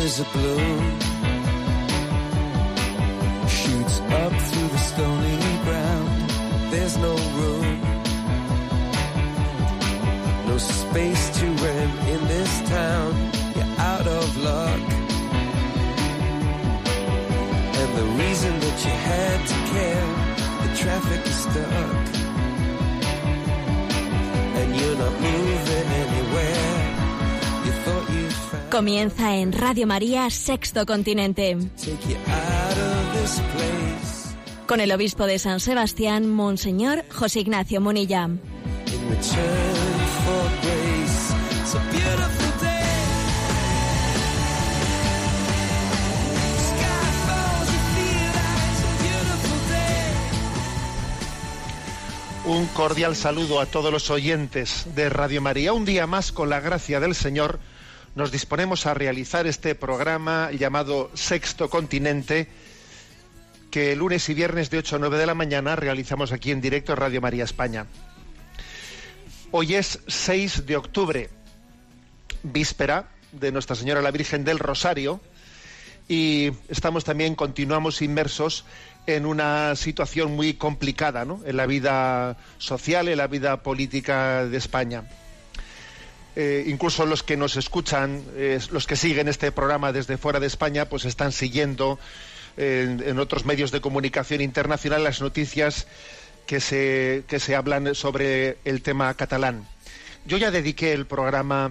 is a bloom, shoots up through the stony ground. There's no room, no space to rent in this town. You're out of luck, and the reason that you had to care, the traffic is stuck, and you're not moving anywhere. You thought you found. Comienza en Radio María Sexto Continente, Take you out of this place. con el obispo de San Sebastián, Monseñor José Ignacio Munilla. In return for grace, it's a beautiful day. Sky falls, you feel like it's a beautiful day. Un cordial saludo a todos los oyentes de Radio María. Un día más, con la gracia del Señor, nos disponemos a realizar este programa llamado Sexto Continente, que lunes y viernes de 8 a 9 de la mañana realizamos aquí en directo en Radio María España. Hoy es 6 de octubre, víspera de Nuestra Señora la Virgen del Rosario, y continuamos inmersos en una situación muy complicada, ¿no?, en la vida social, en la vida política de España. Incluso los que nos escuchan, los que siguen este programa desde fuera de España, pues están siguiendo en otros medios de comunicación internacional las noticias que se hablan sobre el tema catalán. Yo ya dediqué el programa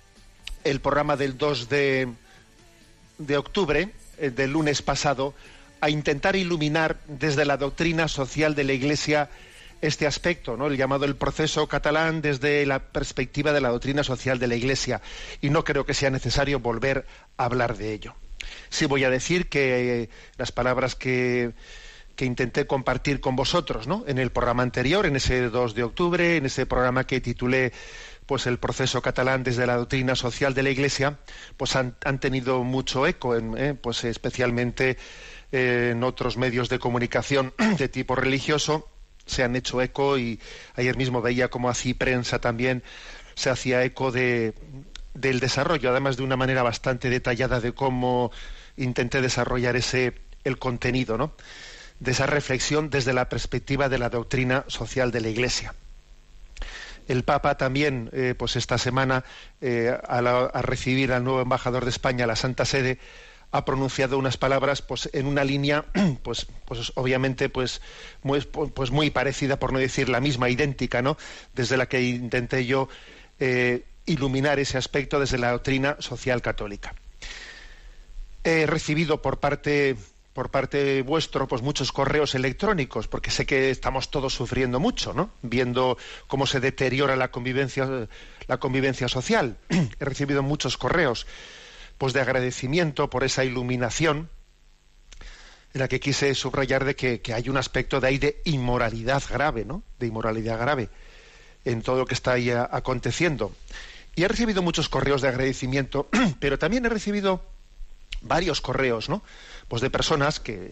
del 2 de octubre, del lunes pasado, a intentar iluminar desde la doctrina social de la Iglesia este aspecto, ¿no?, el llamado el proceso catalán desde la perspectiva de la doctrina social de la Iglesia, y no creo que sea necesario volver a hablar de ello. Sí voy a decir que las palabras que intenté compartir con vosotros, ¿no?, en el programa anterior, en ese 2 de octubre, en ese programa que titulé pues el proceso catalán desde la doctrina social de la Iglesia, pues han tenido mucho eco, pues especialmente en otros medios de comunicación de tipo religioso se han hecho eco, y ayer mismo veía como así prensa también se hacía eco del desarrollo, además de una manera bastante detallada de cómo intenté desarrollar el contenido, ¿no?, de esa reflexión desde la perspectiva de la doctrina social de la Iglesia. El Papa también, pues esta semana, a recibir al nuevo embajador de España a la Santa Sede, ha pronunciado unas palabras, pues en una línea, pues obviamente, pues muy parecida, por no decir la misma, idéntica, ¿no?, desde la que intenté yo iluminar ese aspecto desde la doctrina social católica. He recibido por parte vuestro pues muchos correos electrónicos, porque sé que estamos todos sufriendo mucho, ¿no?, viendo cómo se deteriora la convivencia social. He recibido muchos correos pues de agradecimiento por esa iluminación, en la que quise subrayar de que hay un aspecto de ahí de inmoralidad grave, ¿no?, de inmoralidad grave en todo lo que está ahí aconteciendo. Y he recibido muchos correos de agradecimiento, pero también he recibido varios correos, ¿no?, pues de personas que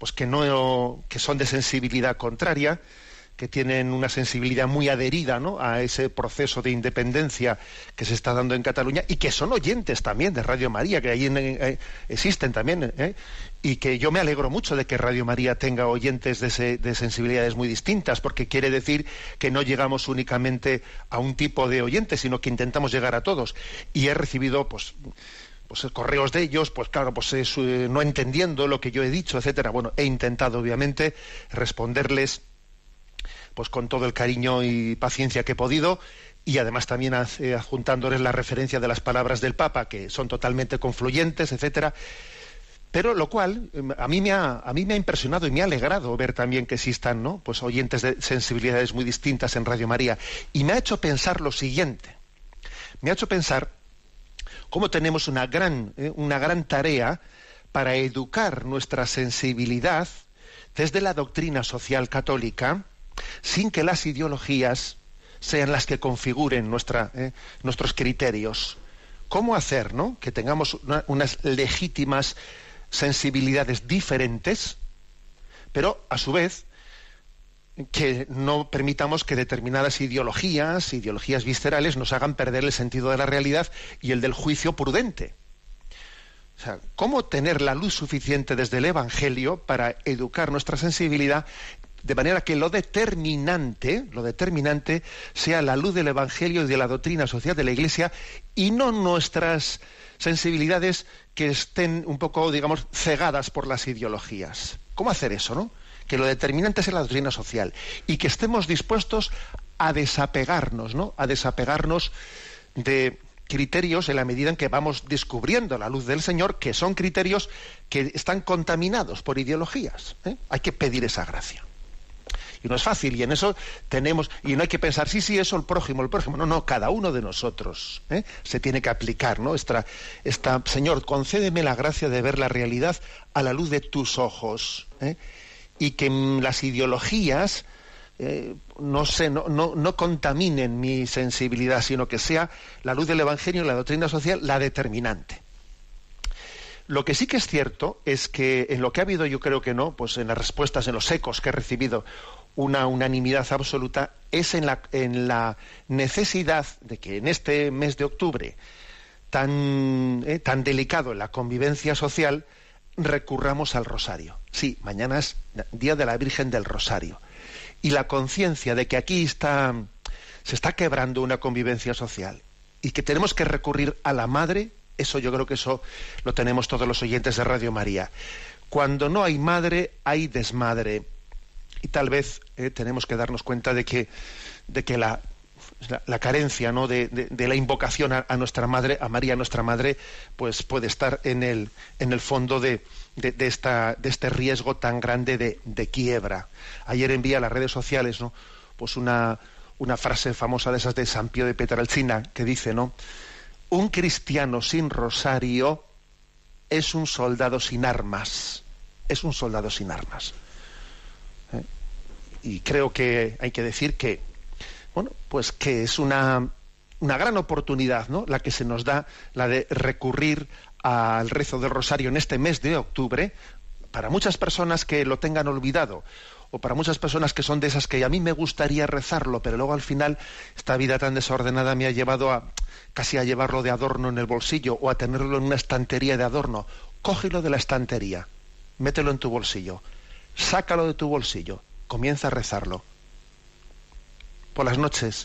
son de sensibilidad contraria, que tienen una sensibilidad muy adherida, ¿no?, a ese proceso de independencia que se está dando en Cataluña, y que son oyentes también de Radio María, que ahí existen también, y que yo me alegro mucho de que Radio María tenga oyentes de sensibilidades muy distintas, porque quiere decir que no llegamos únicamente a un tipo de oyentes, sino que intentamos llegar a todos. Y he recibido pues correos de ellos, pues claro, pues no entendiendo lo que yo he dicho, etcétera. Bueno, he intentado obviamente responderles pues con todo el cariño y paciencia que he podido, y además también adjuntándoles la referencia de las palabras del Papa, que son totalmente confluyentes, etcétera. Pero lo cual a mí me ha impresionado y me ha alegrado ver también que existan, ¿no?, pues oyentes de sensibilidades muy distintas en Radio María, y me ha hecho pensar lo siguiente. Me ha hecho pensar cómo tenemos una gran tarea para educar nuestra sensibilidad desde la doctrina social católica, sin que las ideologías sean las que configuren nuestros criterios. ¿Cómo hacer, ¿no?, que tengamos unas legítimas sensibilidades diferentes, pero a su vez que no permitamos que determinadas ideologías viscerales nos hagan perder el sentido de la realidad y el del juicio prudente? O sea, ¿cómo tener la luz suficiente desde el Evangelio para educar nuestra sensibilidad de manera que lo determinante sea la luz del Evangelio y de la doctrina social de la Iglesia y no nuestras sensibilidades que estén un poco, digamos, cegadas por las ideologías? ¿Cómo hacer eso, no? Que lo determinante sea la doctrina social y que estemos dispuestos a desapegarnos, ¿no? A desapegarnos de criterios en la medida en que vamos descubriendo la luz del Señor, que son criterios que están contaminados por ideologías, ¿eh? Hay que pedir esa gracia. Y no es fácil, y en eso tenemos, y no hay que pensar, sí, eso el prójimo, no, cada uno de nosotros, ¿eh? Se tiene que aplicar, ¿no? Señor, concédeme la gracia de ver la realidad a la luz de tus ojos, ¿eh? Y que las ideologías no contaminen mi sensibilidad, sino que sea la luz del Evangelio y la doctrina social la determinante. Lo que sí que es cierto es que en lo que ha habido, yo creo que no, pues en las respuestas, en los ecos que he recibido, una unanimidad absoluta es en la necesidad de que en este mes de octubre tan delicado en la convivencia social recurramos al rosario. Sí, mañana es Día de la Virgen del Rosario. Y la conciencia de que aquí se está quebrando una convivencia social y que tenemos que recurrir a la Madre, eso yo creo que eso lo tenemos todos los oyentes de Radio María. Cuando no hay madre, hay desmadre. Y tal vez tenemos que darnos cuenta de que la carencia, ¿no?, de la invocación a nuestra Madre, a María nuestra Madre, pues puede estar en el fondo de este riesgo tan grande de quiebra. Ayer envié a las redes sociales, ¿no?, pues una frase famosa de esas de San Pío de Pietrelcina que dice, ¿no?: un cristiano sin rosario es un soldado sin armas. Es un soldado sin armas. Y creo que hay que decir que, bueno, pues que es una gran oportunidad, ¿no?, la que se nos da, la de recurrir al rezo del rosario en este mes de octubre, para muchas personas que lo tengan olvidado, o para muchas personas que son de esas que a mí me gustaría rezarlo, pero luego al final esta vida tan desordenada me ha llevado casi a llevarlo de adorno en el bolsillo o a tenerlo en una estantería de adorno. Cógelo de la estantería, mételo en tu bolsillo, sácalo de tu bolsillo, comienza a rezarlo. Por las noches,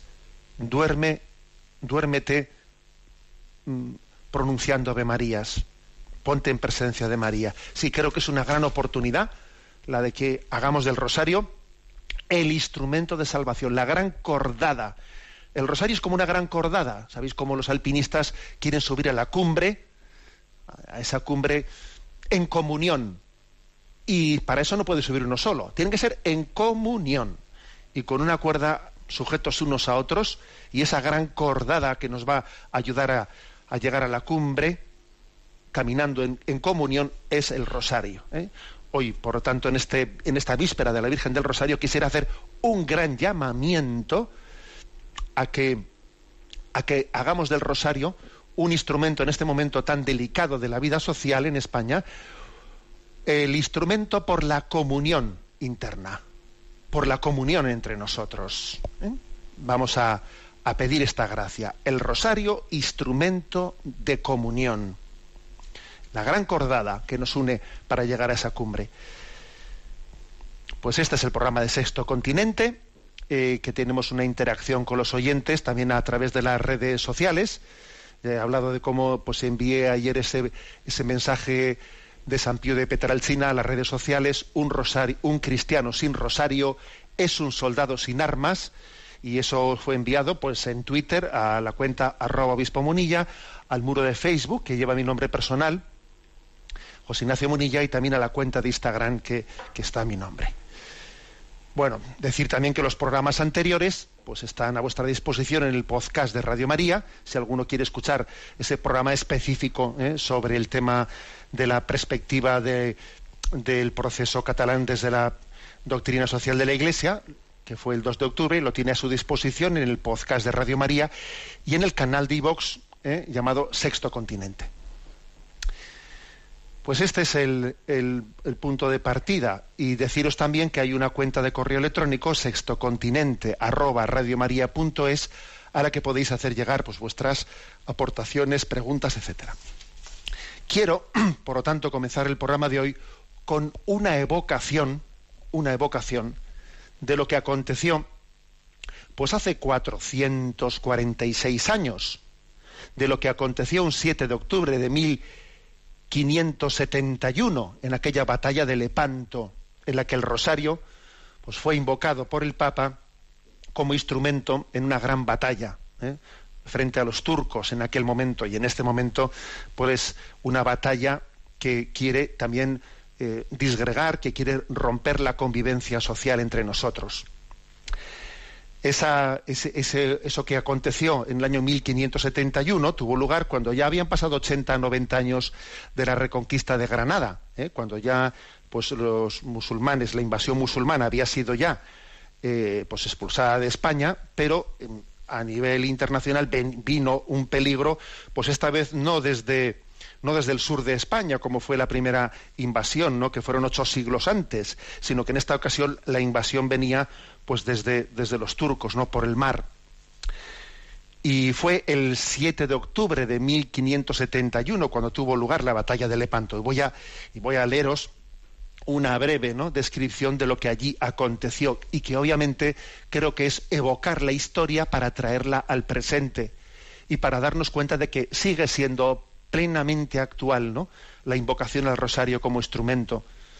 duérmete pronunciando Ave Marías, ponte en presencia de María. Sí, creo que es una gran oportunidad la de que hagamos del rosario el instrumento de salvación, la gran cordada. El rosario es como una gran cordada. ¿Sabéis cómo los alpinistas quieren subir a la cumbre, a esa cumbre en comunión? Y para eso no puede subir uno solo, tienen que ser en comunión y con una cuerda sujetos unos a otros, y esa gran cordada que nos va a ayudar a llegar a la cumbre caminando en comunión es el rosario, ¿eh? Hoy, por lo tanto, en esta víspera de la Virgen del Rosario, quisiera hacer un gran llamamiento a que hagamos del rosario un instrumento en este momento tan delicado de la vida social en España, el instrumento por la comunión interna, por la comunión entre nosotros, ¿eh? Vamos a pedir esta gracia, el rosario, instrumento de comunión, la gran cordada que nos une para llegar a esa cumbre. Pues este es el programa de Sexto Continente, que tenemos una interacción con los oyentes también a través de las redes sociales. He hablado de cómo pues envié ayer ese mensaje de San Pío de Pietrelcina a las redes sociales: un cristiano sin rosario es un soldado sin armas, y eso fue enviado pues en Twitter a la cuenta @obispomunilla, al muro de Facebook que lleva mi nombre personal, José Ignacio Munilla, y también a la cuenta de Instagram que está mi nombre. Bueno, decir también que los programas anteriores pues están a vuestra disposición en el podcast de Radio María, si alguno quiere escuchar ese programa específico sobre el tema de la perspectiva del proceso catalán desde la doctrina social de la Iglesia, que fue el 2 de octubre, lo tiene a su disposición en el podcast de Radio María y en el canal de iVox llamado Sexto Continente. Pues este es el punto de partida, y deciros también que hay una cuenta de correo electrónico, sextocontinente@radiomaria.es, a la que podéis hacer llegar pues vuestras aportaciones, preguntas, etcétera. Quiero, por lo tanto, comenzar el programa de hoy con una evocación de lo que aconteció pues hace 446 años, de lo que aconteció un 7 de octubre de 1571 en aquella batalla de Lepanto, en la que el rosario pues fue invocado por el Papa como instrumento en una gran batalla, frente a los turcos en aquel momento, y en este momento pues una batalla que quiere también disgregar, que quiere romper la convivencia social entre nosotros. Eso que aconteció en el año 1571 tuvo lugar cuando ya habían pasado 80, 90 años de la reconquista de Granada, cuando ya pues los musulmanes, la invasión musulmana había sido ya pues expulsada de España, pero a nivel internacional vino un peligro, pues esta vez no desde el sur de España, como fue la primera invasión, ¿no?, que fueron 8 siglos antes, sino que en esta ocasión la invasión venía pues desde los turcos, ¿no?, por el mar. Y fue el 7 de octubre de 1571 cuando tuvo lugar la batalla de Lepanto. Y voy a leeros una breve, ¿no?, descripción de lo que allí aconteció, y que obviamente creo que es evocar la historia para traerla al presente y para darnos cuenta de que sigue siendo plenamente actual, ¿no?, la invocación al rosario como instrumento.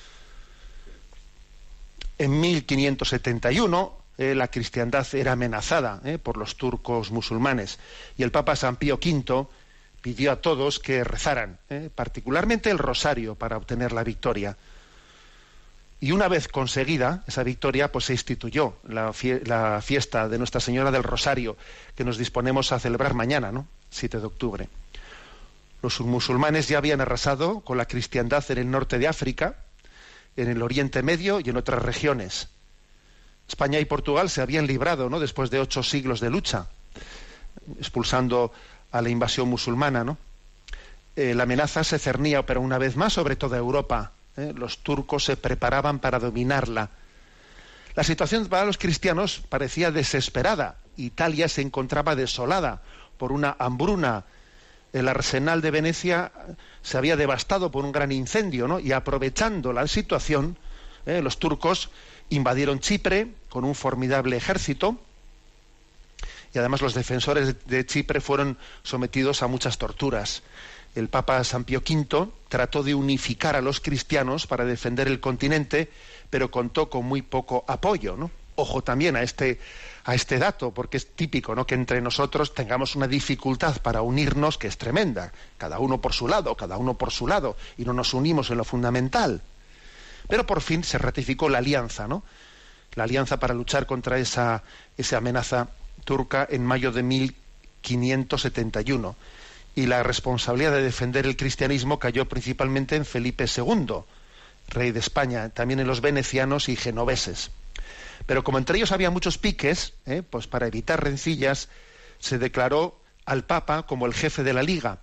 En 1571 la cristiandad era amenazada por los turcos musulmanes, y el Papa San Pío V pidió a todos que rezaran, particularmente el rosario, para obtener la victoria. Y una vez conseguida esa victoria, pues se instituyó la fiesta de Nuestra Señora del Rosario, que nos disponemos a celebrar mañana, ¿no?, 7 de octubre. Los musulmanes ya habían arrasado con la cristiandad en el norte de África, en el Oriente Medio y en otras regiones. España y Portugal se habían librado, ¿no?, después de 8 siglos de lucha, expulsando a la invasión musulmana, ¿no? La amenaza se cernía, pero una vez más, sobre toda Europa. Los turcos se preparaban para dominarla. La situación para los cristianos parecía desesperada. Italia se encontraba desolada por una hambruna. El arsenal de Venecia se había devastado por un gran incendio, ¿no? Y aprovechando la situación, los turcos invadieron Chipre con un formidable ejército, y además los defensores de Chipre fueron sometidos a muchas torturas. El Papa San Pío V trató de unificar a los cristianos para defender el continente, pero contó con muy poco apoyo, ¿no? Ojo también a este dato, porque es típico, ¿no?, que entre nosotros tengamos una dificultad para unirnos que es tremenda, cada uno por su lado, y no nos unimos en lo fundamental. Pero por fin se ratificó la alianza, ¿no?, la alianza para luchar contra esa amenaza turca en mayo de 1571. Y la responsabilidad de defender el cristianismo cayó principalmente en Felipe II, rey de España, también en los venecianos y genoveses. Pero como entre ellos había muchos piques, pues para evitar rencillas, se declaró al Papa como el jefe de la Liga,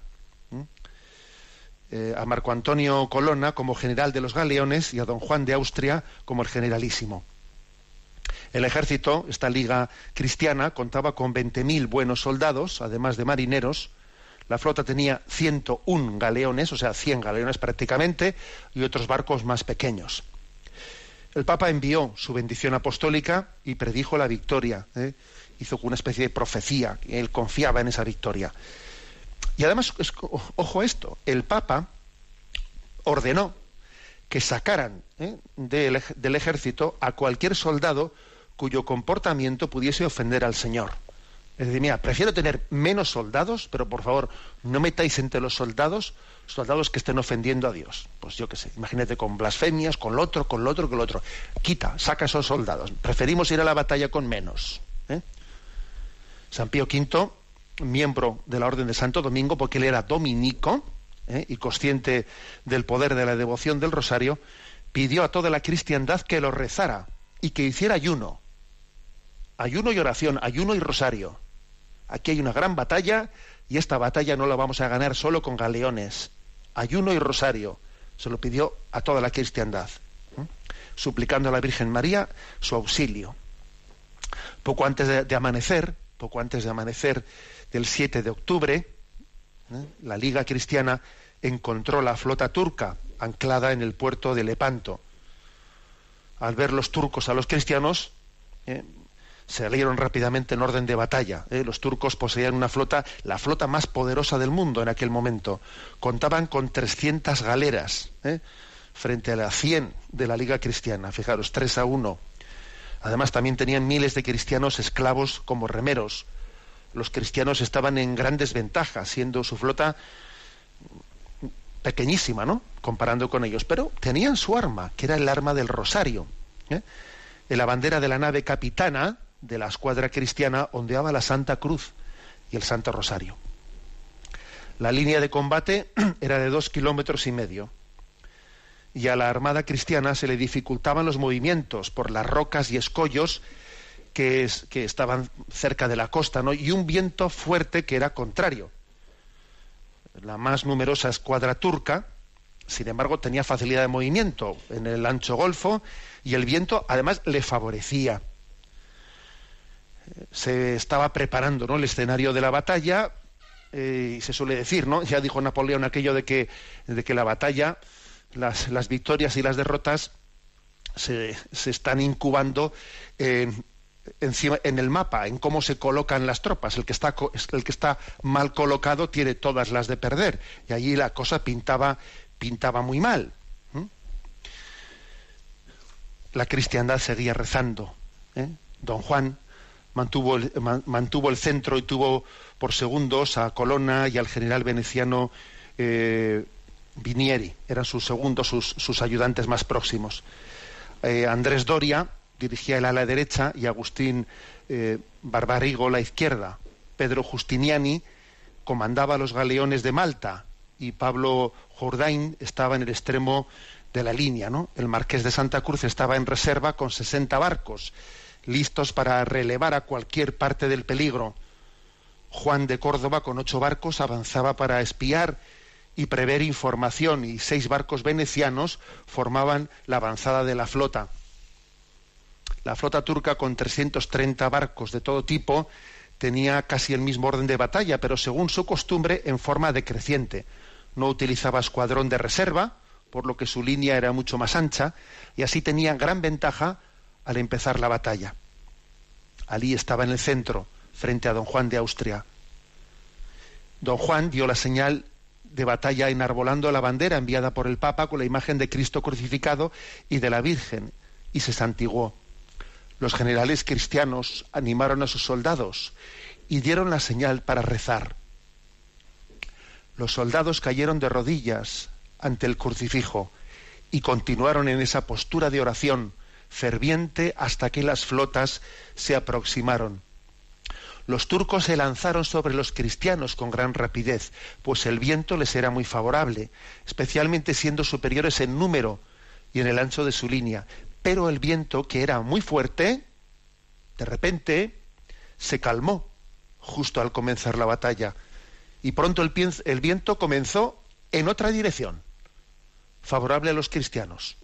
a Marco Antonio Colonna como general de los galeones y a don Juan de Austria como el generalísimo. El ejército, esta Liga cristiana, contaba con 20.000 buenos soldados, además de marineros. La flota tenía 101 galeones, o sea, 100 galeones prácticamente, y otros barcos más pequeños. El Papa envió su bendición apostólica y predijo la victoria. Hizo una especie de profecía, él confiaba en esa victoria. Y además, ojo a esto, el Papa ordenó que sacaran del ejército a cualquier soldado cuyo comportamiento pudiese ofender al Señor. Es decir, mira, prefiero tener menos soldados, pero por favor, no metáis entre los soldados que estén ofendiendo a Dios. Pues yo qué sé, imagínate, con blasfemias, con lo otro. Saca esos soldados. Preferimos ir a la batalla con menos. San Pío V, miembro de la Orden de Santo Domingo, porque él era dominico, y consciente del poder de la devoción del rosario, pidió a toda la cristiandad que lo rezara y que hiciera ayuno y oración, ayuno y rosario. Aquí hay una gran batalla, y esta batalla no la vamos a ganar solo con galeones. Ayuno y rosario. Se lo pidió a toda la cristiandad, suplicando a la Virgen María su auxilio. Poco antes de amanecer del 7 de octubre, la Liga Cristiana encontró la flota turca anclada en el puerto de Lepanto. Al ver los turcos a los cristianos, salieron rápidamente en orden de batalla. Los turcos poseían una flota, la flota más poderosa del mundo en aquel momento. Contaban con 300 galeras, frente a las 100 de la Liga Cristiana. Fijaros, 3-1. Además, también tenían miles de cristianos esclavos como remeros. Los cristianos estaban en gran desventaja, siendo su flota pequeñísima, ¿no?, comparando con ellos. Pero tenían su arma, que era el arma del rosario. En la bandera de la nave capitana de la escuadra cristiana ondeaba la Santa Cruz y el Santo Rosario. La línea de combate era de 2,5 kilómetros, y a la armada cristiana se le dificultaban los movimientos por las rocas y escollos que estaban cerca de la costa, ¿no?, y un viento fuerte que era contrario. La más numerosa escuadra turca, sin embargo, tenía facilidad de movimiento en el ancho golfo, y el viento además le favorecía. Se estaba preparando, ¿no?, el escenario de la batalla, y se suele decir, ¿no?, ya dijo Napoleón aquello de que la batalla, las victorias y las derrotas se están incubando en el mapa, en cómo se colocan las tropas. El que está mal colocado tiene todas las de perder, y allí la cosa pintaba muy mal. La cristiandad seguía rezando. Don Juan mantuvo el centro y tuvo por segundos a Colonna y al general veneciano Vinieri. Eran sus segundos, sus ayudantes más próximos. Andrés Doria dirigía el ala derecha y Agustín Barbarigo la izquierda. Pedro Justiniani comandaba los galeones de Malta y Pablo Jourdain estaba en el extremo de la línea, ¿no? El marqués de Santa Cruz estaba en reserva con 60 barcos, listos para relevar a cualquier parte del peligro. Juan de Córdoba, con 8 barcos, avanzaba para espiar y prever información, y 6 barcos venecianos formaban la avanzada de la flota. La flota turca, con 330 barcos de todo tipo, tenía casi el mismo orden de batalla, pero según su costumbre, en forma decreciente. No utilizaba escuadrón de reserva, por lo que su línea era mucho más ancha, y así tenía gran ventaja al empezar la batalla. Alí estaba en el centro, frente a don Juan de Austria. Don Juan dio la señal de batalla enarbolando la bandera enviada por el Papa con la imagen de Cristo crucificado y de la Virgen, y se santiguó. Los generales cristianos animaron a sus soldados y dieron la señal para rezar. Los soldados cayeron de rodillas ante el crucifijo y continuaron en esa postura de oración ferviente hasta que las flotas se aproximaron. Los turcos se lanzaron sobre los cristianos con gran rapidez, pues el viento les era muy favorable, especialmente siendo superiores en número y en el ancho de su línea. Pero el viento, que era muy fuerte, de repente se calmó justo al comenzar la batalla, y pronto el viento comenzó en otra dirección, favorable a los cristianos.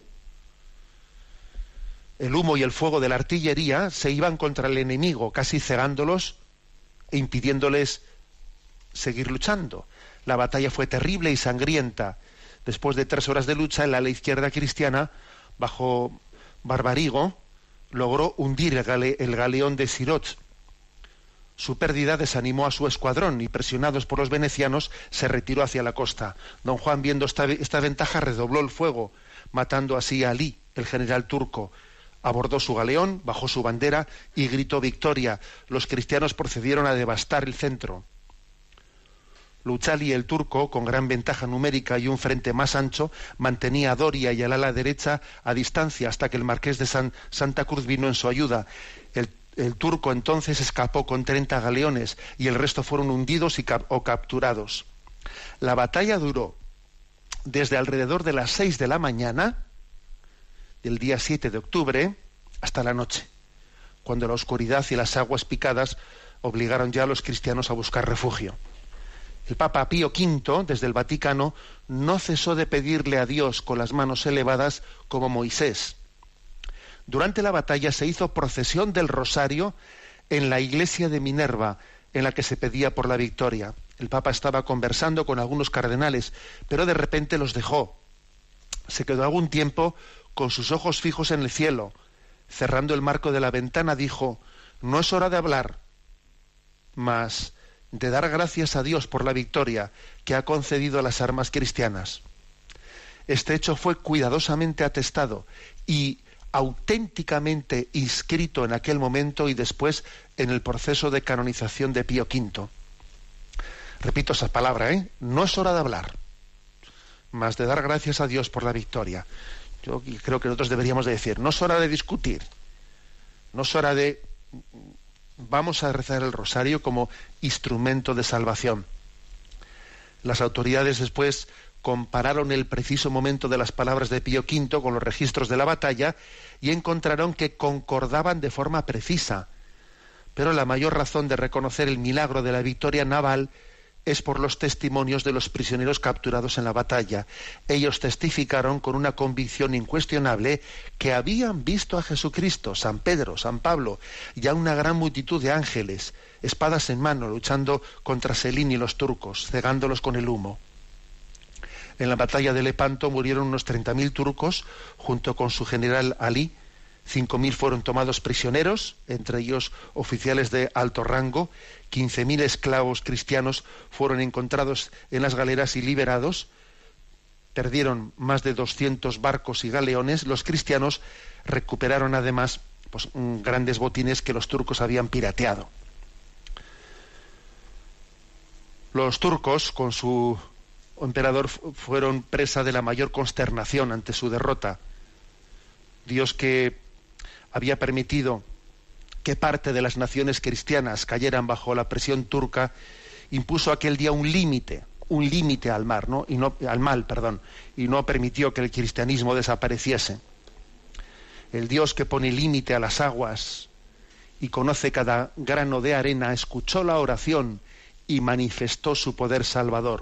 El humo y el fuego de la artillería se iban contra el enemigo, casi cegándolos e impidiéndoles seguir luchando. La batalla fue terrible y sangrienta. Después de 3 horas de lucha, el ala izquierda cristiana, bajo Barbarigo, logró hundir el galeón de Sirot. Su pérdida desanimó a su escuadrón y, presionados por los venecianos, se retiró hacia la costa. Don Juan, viendo esta ventaja, redobló el fuego, matando así a Alí, el general turco. Abordó su galeón, bajó su bandera y gritó victoria. Los cristianos procedieron a devastar el centro. Luchali, el turco, con gran ventaja numérica y un frente más ancho, mantenía a Doria y al ala derecha a distancia hasta que el marqués de Santa Cruz vino en su ayuda. El turco entonces escapó con 30 galeones y el resto fueron hundidos o capturados. La batalla duró desde alrededor de las 6 de la mañana del día 7 de octubre hasta la noche, cuando la oscuridad y las aguas picadas obligaron ya a los cristianos a buscar refugio. El Papa Pío V, desde el Vaticano, no cesó de pedirle a Dios con las manos elevadas como Moisés. Durante la batalla se hizo procesión del Rosario en la iglesia de Minerva, en la que se pedía por la victoria. El Papa estaba conversando con algunos cardenales, pero de repente los dejó. Se quedó algún tiempo con sus ojos fijos en el cielo. Cerrando el marco de la ventana dijo: no es hora de hablar, mas de dar gracias a Dios por la victoria que ha concedido a las armas cristianas. Este hecho fue cuidadosamente atestado y auténticamente inscrito en aquel momento y después en el proceso de canonización de Pío V. Repito esa palabra, no es hora de hablar, mas de dar gracias a Dios por la victoria. Yo creo que nosotros deberíamos de decir, no es hora de discutir, no es hora de... Vamos a rezar el rosario como instrumento de salvación. Las autoridades después compararon el preciso momento de las palabras de Pío V con los registros de la batalla y encontraron que concordaban de forma precisa. Pero la mayor razón de reconocer el milagro de la victoria naval es por los testimonios de los prisioneros capturados en la batalla. Ellos testificaron con una convicción incuestionable que habían visto a Jesucristo, San Pedro, San Pablo y a una gran multitud de ángeles, espadas en mano, luchando contra Selín y los turcos, cegándolos con el humo. En la batalla de Lepanto murieron unos 30.000 turcos, junto con su general Alí. 5.000 fueron tomados prisioneros, entre ellos oficiales de alto rango. 15.000 esclavos cristianos fueron encontrados en las galeras y liberados. Perdieron más de 200 barcos y galeones. Los cristianos recuperaron además grandes botines que los turcos habían pirateado. Los turcos, con su emperador, fueron presa de la mayor consternación ante su derrota. Dios, que había permitido que parte de las naciones cristianas cayeran bajo la presión turca, impuso aquel día un límite al mal, y no permitió que el cristianismo desapareciese. El Dios que pone límite a las aguas y conoce cada grano de arena, escuchó la oración y manifestó su poder salvador.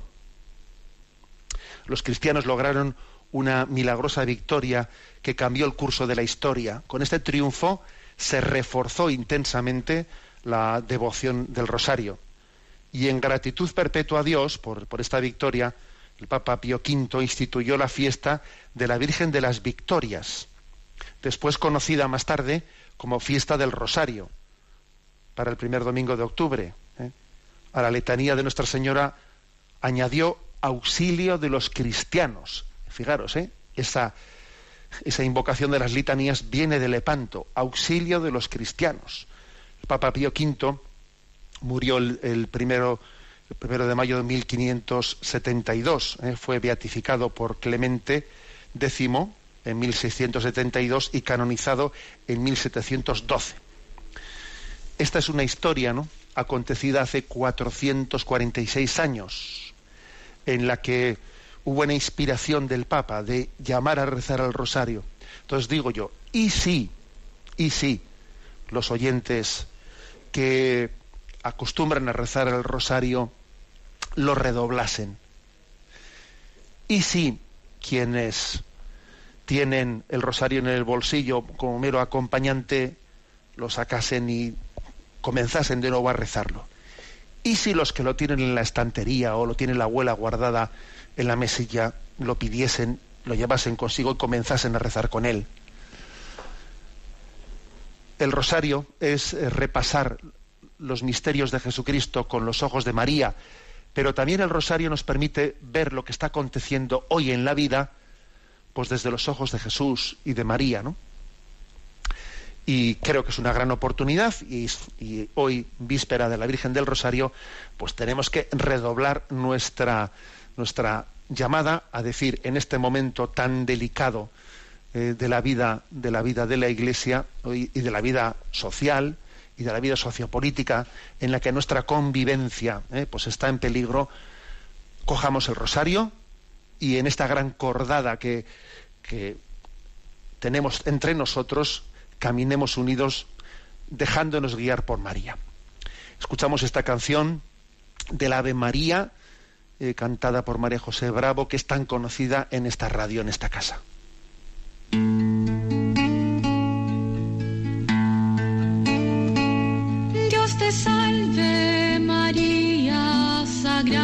Los cristianos lograron una milagrosa victoria que cambió el curso de la historia. Con este triunfo se reforzó intensamente la devoción del rosario. Y en gratitud perpetua a Dios por esta victoria, el Papa Pío V instituyó la fiesta de la Virgen de las Victorias, después conocida más tarde como Fiesta del Rosario, para el primer domingo de octubre. A la letanía de Nuestra Señora añadió auxilio de los cristianos. Fijaros, esa invocación de las litanías viene de Lepanto, auxilio de los cristianos. El Papa Pío V murió el primero de mayo de 1572, fue beatificado por Clemente X en 1672 y canonizado en 1712. Esta es una historia, acontecida hace 446 años, en la que hubo una inspiración del Papa de llamar a rezar al rosario. Entonces digo yo, ¿y si los oyentes que acostumbran a rezar al rosario lo redoblasen? ¿Y si quienes tienen el rosario en el bolsillo como mero acompañante lo sacasen y comenzasen de nuevo a rezarlo? ¿Y si los que lo tienen en la estantería o lo tiene la abuela guardada en la mesilla lo pidiesen, lo llevasen consigo y comenzasen a rezar con él? El rosario es repasar los misterios de Jesucristo con los ojos de María, pero también el rosario nos permite ver lo que está aconteciendo hoy en la vida, pues desde los ojos de Jesús y de María, Y creo que es una gran oportunidad y hoy, víspera de la Virgen del Rosario, pues tenemos que redoblar nuestra llamada a decir en este momento tan delicado de la vida de la Iglesia y de la vida social y de la vida sociopolítica, en la que nuestra convivencia pues está en peligro. Cojamos el rosario y en esta gran cordada que tenemos entre nosotros, caminemos unidos, dejándonos guiar por María. Escuchamos esta canción del Ave María, cantada por María José Bravo, que es tan conocida en esta radio, en esta casa. Dios te salve María, Sagrada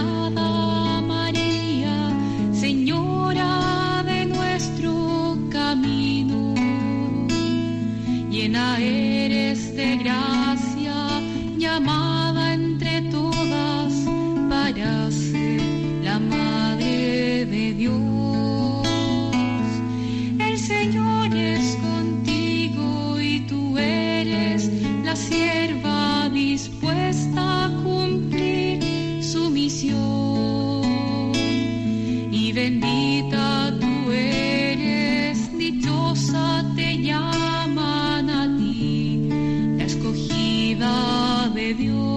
Llena eres de gracia, llamada entre todas para ser la Madre de Dios. El Señor es contigo y tú eres la sierva dispuesta a cumplir su misión. Y bendita tú eres, dichosa te llaman a ti, la escogida de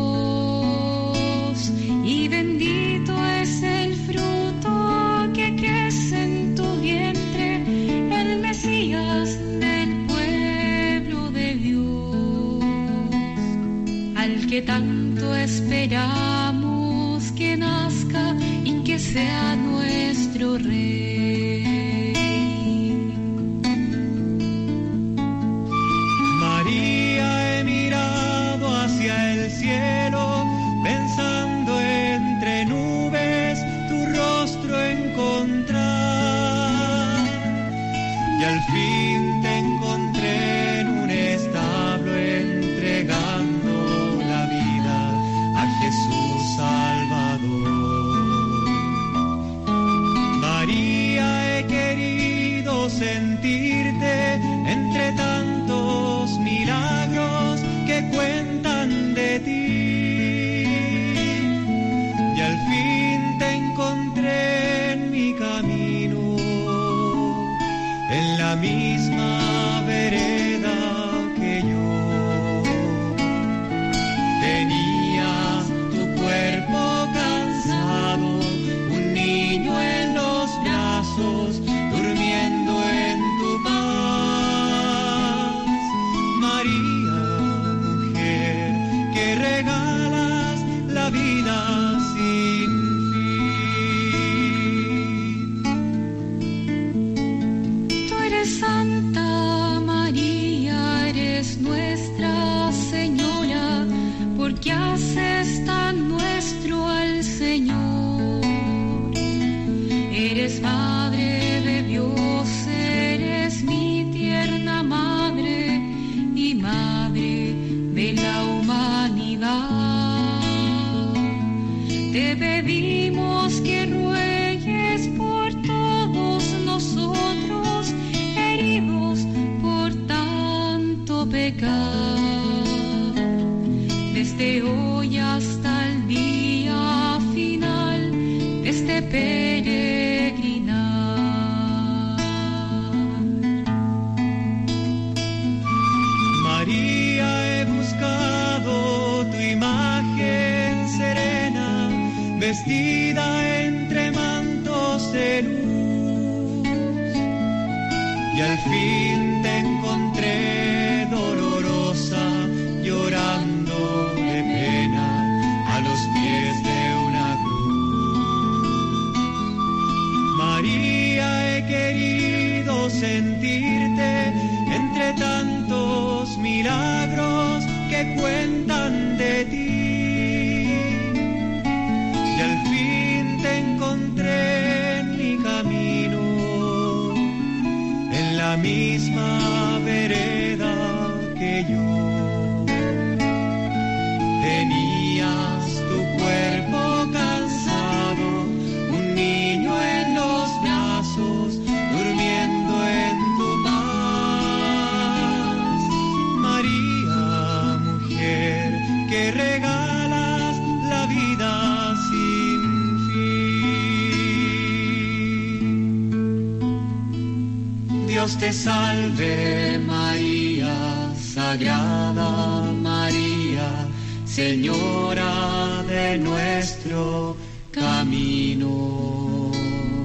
Dios. Y bendito es el fruto que crece en tu vientre, el Mesías del pueblo de Dios, al que tanto esperamos que nazca y que sea nuestro Rey. María, he mirado hacia el cielo, pensando entre nubes tu rostro encontrar, y al fin te encontré en un establo entregando la vida a Jesús Salvador. María, he querido sentirte entre tantos milagros que cuentan de ti, y al fin te encontré en mi camino, en la misma vereda que yo. Tenías tu cuerpo cansado, un niño en los brazos, durmiendo en tu paz. María, mujer, que regalas la vida sin fin. Tú eres Santa María, eres nuestra Señora, porque haces tan nuestro al Señor. Eres Madre de Dios, eres mi tierna Madre y Madre de la humanidad. Te pedimos que ruegues por todos nosotros, heridos por tanto pecar, desde hoy hasta el día final de este peregrinar. María, he buscado tu imagen serena, vestida entre mantos de luz, y al fin te encontré dolorosa, llorando de pena a los pies de una cruz. María, he querido sentirte entre tantos milagros que cuentan de ti, y al fin te encontré en mi camino, en la misma vereda que yo. Tenías tu cuerpo cansado, un niño en los brazos, durmiendo en tu paz. María, mujer, que regalas la vida sin fin. Dios te salve María, Sagrada María, Señora de nuestro camino.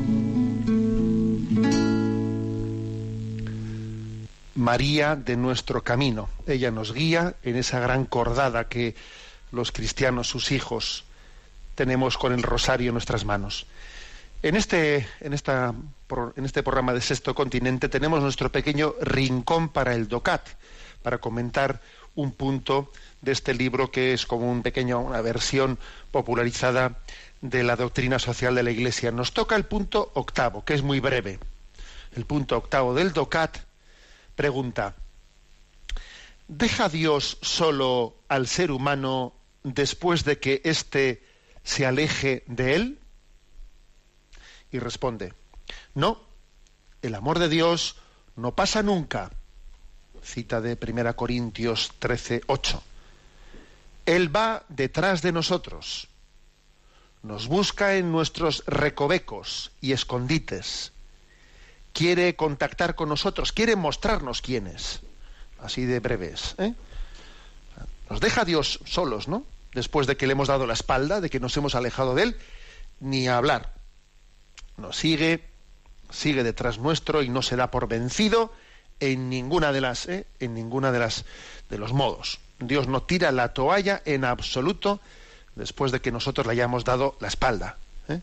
María de nuestro camino. Ella nos guía en esa gran cordada que los cristianos, sus hijos, tenemos con el rosario en nuestras manos. En este programa de Sexto Continente tenemos nuestro pequeño rincón para el DOCAT, para comentar un punto de este libro que es como una versión popularizada de la doctrina social de la Iglesia. Nos toca el punto octavo, que es muy breve. El punto octavo del DOCAT pregunta: ¿Deja Dios solo al ser humano después de que éste se aleje de él? Y responde, no, el amor de Dios no pasa nunca. Cita de 1 Corintios 13:8. Él va detrás de nosotros, nos busca en nuestros recovecos y escondites, quiere contactar con nosotros, quiere mostrarnos quién es. Así de breves, ¿eh? Nos deja Dios solos, ¿no? Después de que le hemos dado la espalda, de que nos hemos alejado de él, ni a hablar. Nos sigue detrás nuestro y no se da por vencido en ninguna de los modos. Dios no tira la toalla en absoluto después de que nosotros le hayamos dado la espalda, ¿eh?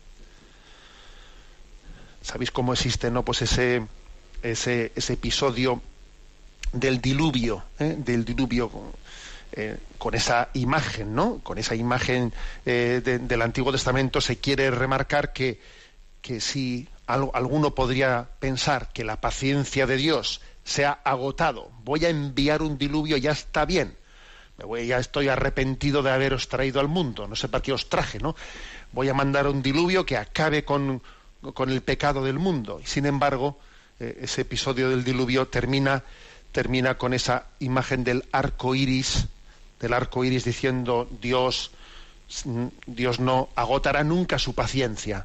¿Sabéis cómo existe, no? Pues ese episodio del diluvio, con esa imagen, ¿no? Con esa imagen del Antiguo Testamento se quiere remarcar que si alguno podría pensar que la paciencia de Dios se ha agotado, voy a enviar un diluvio, ya está bien, ya estoy arrepentido de haberos traído al mundo, no sé para qué os traje, ¿no? Voy a mandar un diluvio que acabe con el pecado del mundo. Y sin embargo, ese episodio del diluvio termina con esa imagen del arco iris diciendo Dios no agotará nunca su paciencia.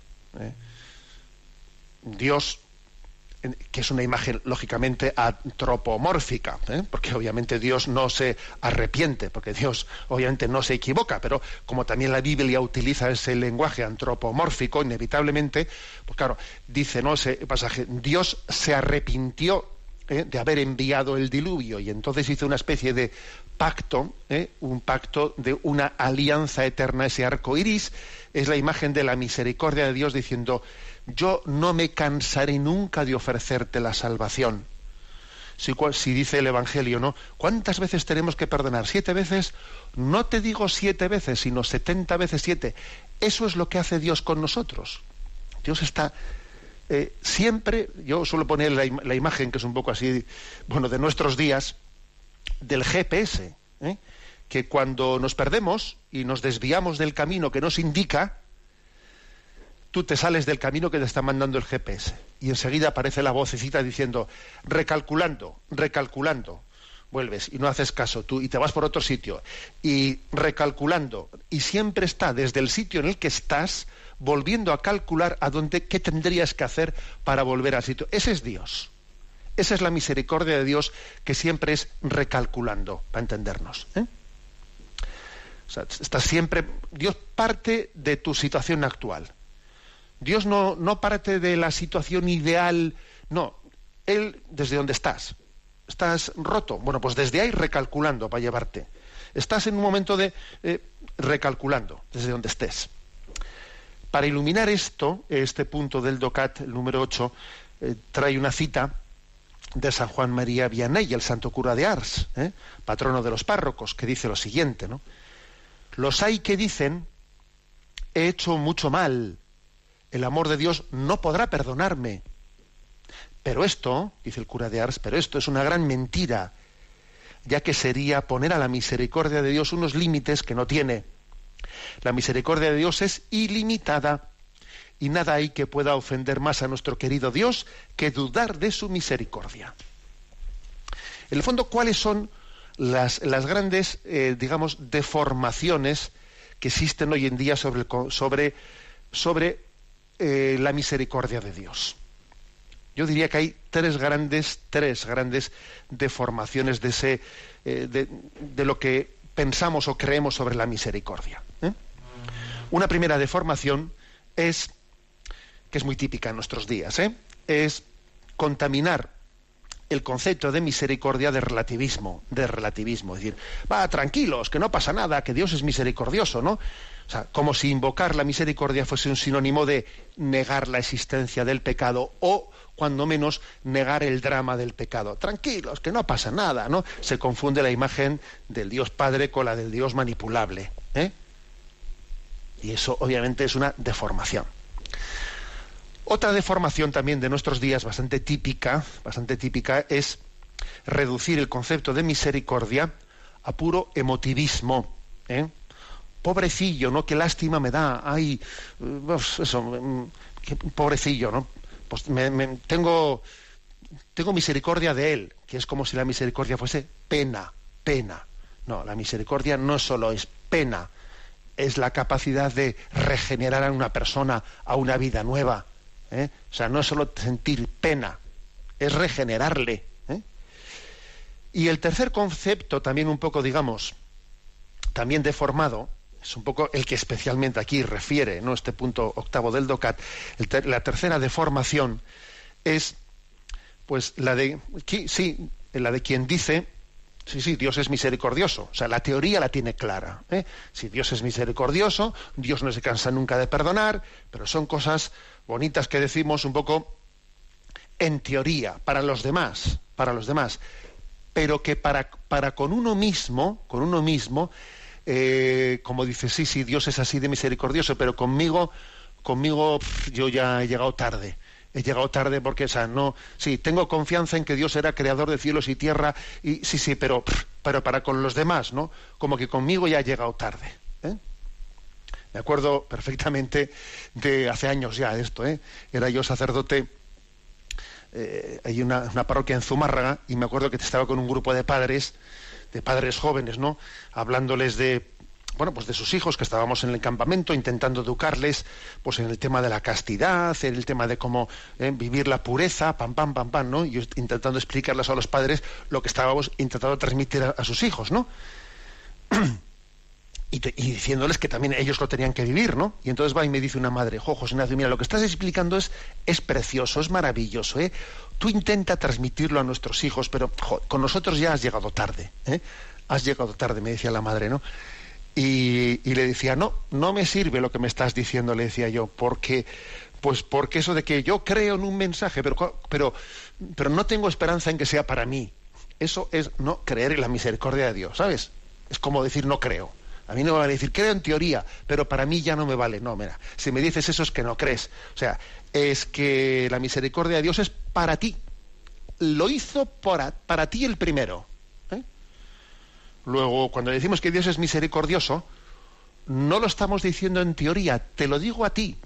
Dios, que es una imagen lógicamente antropomórfica, porque obviamente Dios no se arrepiente, porque Dios obviamente no se equivoca, pero como también la Biblia utiliza ese lenguaje antropomórfico, inevitablemente, pues claro, dice, ¿no?, ese pasaje, Dios se arrepintió de haber enviado el diluvio, y entonces hizo una especie de pacto, un pacto de una alianza eterna. Ese arco iris es la imagen de la misericordia de Dios diciendo, yo no me cansaré nunca de ofrecerte la salvación. Si dice el Evangelio, ¿no?, ¿cuántas veces tenemos que perdonar? 7 veces, no te digo 7 veces, sino 70 veces 7. Eso es lo que hace Dios con nosotros. Dios está siempre, yo suelo poner la imagen, que es un poco así, bueno, de nuestros días, del GPS, que cuando nos perdemos y nos desviamos del camino que nos indica, tú te sales del camino que te está mandando el GPS y enseguida aparece la vocecita diciendo recalculando, vuelves y no haces caso tú y te vas por otro sitio y recalculando, y siempre está desde el sitio en el que estás volviendo a calcular qué tendrías que hacer para volver al sitio. Ese es Dios. Esa es la misericordia de Dios, que siempre es recalculando, para entendernos, O sea, está siempre, Dios parte de tu situación actual. Dios no parte de la situación ideal, no. Él, desde donde estás roto, bueno, pues desde ahí recalculando para llevarte. Estás en un momento de recalculando, desde donde estés. Para iluminar este punto del DOCAT, el número 8, trae una cita de San Juan María Vianney, el santo cura de Ars, patrono de los párrocos, que dice lo siguiente, ¿no? Los hay que dicen, he hecho mucho mal, el amor de Dios no podrá perdonarme. Pero esto, dice el cura de Ars, pero esto es una gran mentira, ya que sería poner a la misericordia de Dios unos límites que no tiene. La misericordia de Dios es ilimitada y nada hay que pueda ofender más a nuestro querido Dios que dudar de su misericordia. En el fondo, ¿cuáles son las grandes, deformaciones que existen hoy en día sobre la misericordia de Dios? Yo diría que hay tres grandes deformaciones de lo que pensamos o creemos sobre la misericordia. Una primera deformación que es muy típica en nuestros días, es contaminar el concepto de misericordia de relativismo, es decir, tranquilos, que no pasa nada, que Dios es misericordioso, ¿no? O sea, como si invocar la misericordia fuese un sinónimo de negar la existencia del pecado o, cuando menos, negar el drama del pecado. Tranquilos, que no pasa nada, ¿no? Se confunde la imagen del Dios Padre con la del Dios manipulable, Y eso, obviamente, es una deformación. Otra deformación también de nuestros días, bastante típica, es reducir el concepto de misericordia a puro emotivismo, ¿eh? Pobrecillo, ¿no? Qué lástima me da. Ay, qué pobrecillo, ¿no? Pues tengo misericordia de él, que es como si la misericordia fuese pena. No, la misericordia no solo es pena, es la capacidad de regenerar a una persona a una vida nueva, ¿eh? O sea, no es solo sentir pena, es regenerarle, ¿eh? Y el tercer concepto, también un poco, digamos, también deformado, es un poco el que especialmente aquí refiere, ¿no?, este punto octavo del DOCAT. La tercera deformación es, pues, la de quien dice, sí, Dios es misericordioso. O sea, la teoría la tiene clara, ¿eh? Si Dios es misericordioso, Dios no se cansa nunca de perdonar, pero son cosas bonitas que decimos un poco en teoría, para los demás, pero que para con uno mismo, como dice, sí, Dios es así de misericordioso, pero conmigo yo ya he llegado tarde. Porque, o sea, tengo confianza en que Dios era creador de cielos y tierra, y sí, pero para con los demás, ¿no? Como que conmigo ya he llegado tarde, ¿eh? Me acuerdo perfectamente de hace años ya esto, ¿eh? Era yo sacerdote, hay una parroquia en Zumárraga, y me acuerdo que estaba con un grupo de padres jóvenes, ¿no?, hablándoles de sus hijos, que estábamos en el campamento intentando educarles, pues, en el tema de la castidad, en el tema de cómo vivir la pureza, pam, ¿no? Y yo intentando explicarles a los padres lo que estábamos intentando transmitir a sus hijos, ¿no? Y diciéndoles que también ellos lo tenían que vivir, ¿no? Y entonces va y me dice una madre: José Ignacio, mira, lo que estás explicando es precioso, es maravilloso, ¿eh? Tú intenta transmitirlo a nuestros hijos, pero con nosotros ya has llegado tarde, ¿eh? Has llegado tarde, me decía la madre, ¿no? Y le decía, no me sirve lo que me estás diciendo, le decía yo, porque eso de que yo creo en un mensaje, pero no tengo esperanza en que sea para mí. Eso es no creer en la misericordia de Dios, ¿sabes? Es como decir no creo. A mí no me van a decir, creo en teoría, pero para mí ya no me vale. No, mira, si me dices eso es que no crees. O sea, es que la misericordia de Dios es para ti. Lo hizo para ti el primero. Luego, cuando decimos que Dios es misericordioso, no lo estamos diciendo en teoría, te lo digo a ti,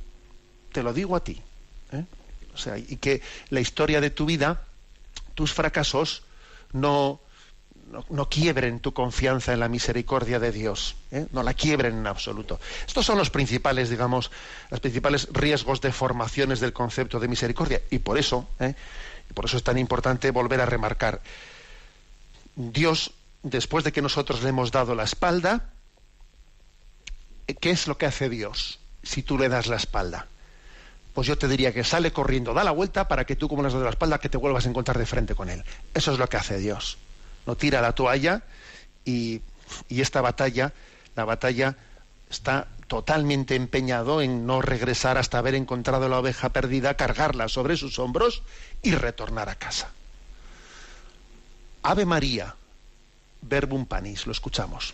¿eh? O sea, y que la historia de tu vida, tus fracasos, no quiebren tu confianza en la misericordia de Dios, ¿eh? No la quiebren en absoluto. Estos son los principales, digamos, los principales riesgos de formaciones del concepto de misericordia, y por eso es tan importante volver a remarcar: Dios, después de que nosotros le hemos dado la espalda, ¿qué es lo que hace Dios si tú le das la espalda? Pues yo te diría que sale corriendo, da la vuelta para que tú, como le has dado la espalda, que te vuelvas a encontrar de frente con él. Eso es lo que hace Dios. No tira la toalla, y esta batalla, la batalla, está totalmente empeñado en no regresar hasta haber encontrado la oveja perdida, cargarla sobre sus hombros y retornar a casa. Ave María, Verbum Panis, lo escuchamos.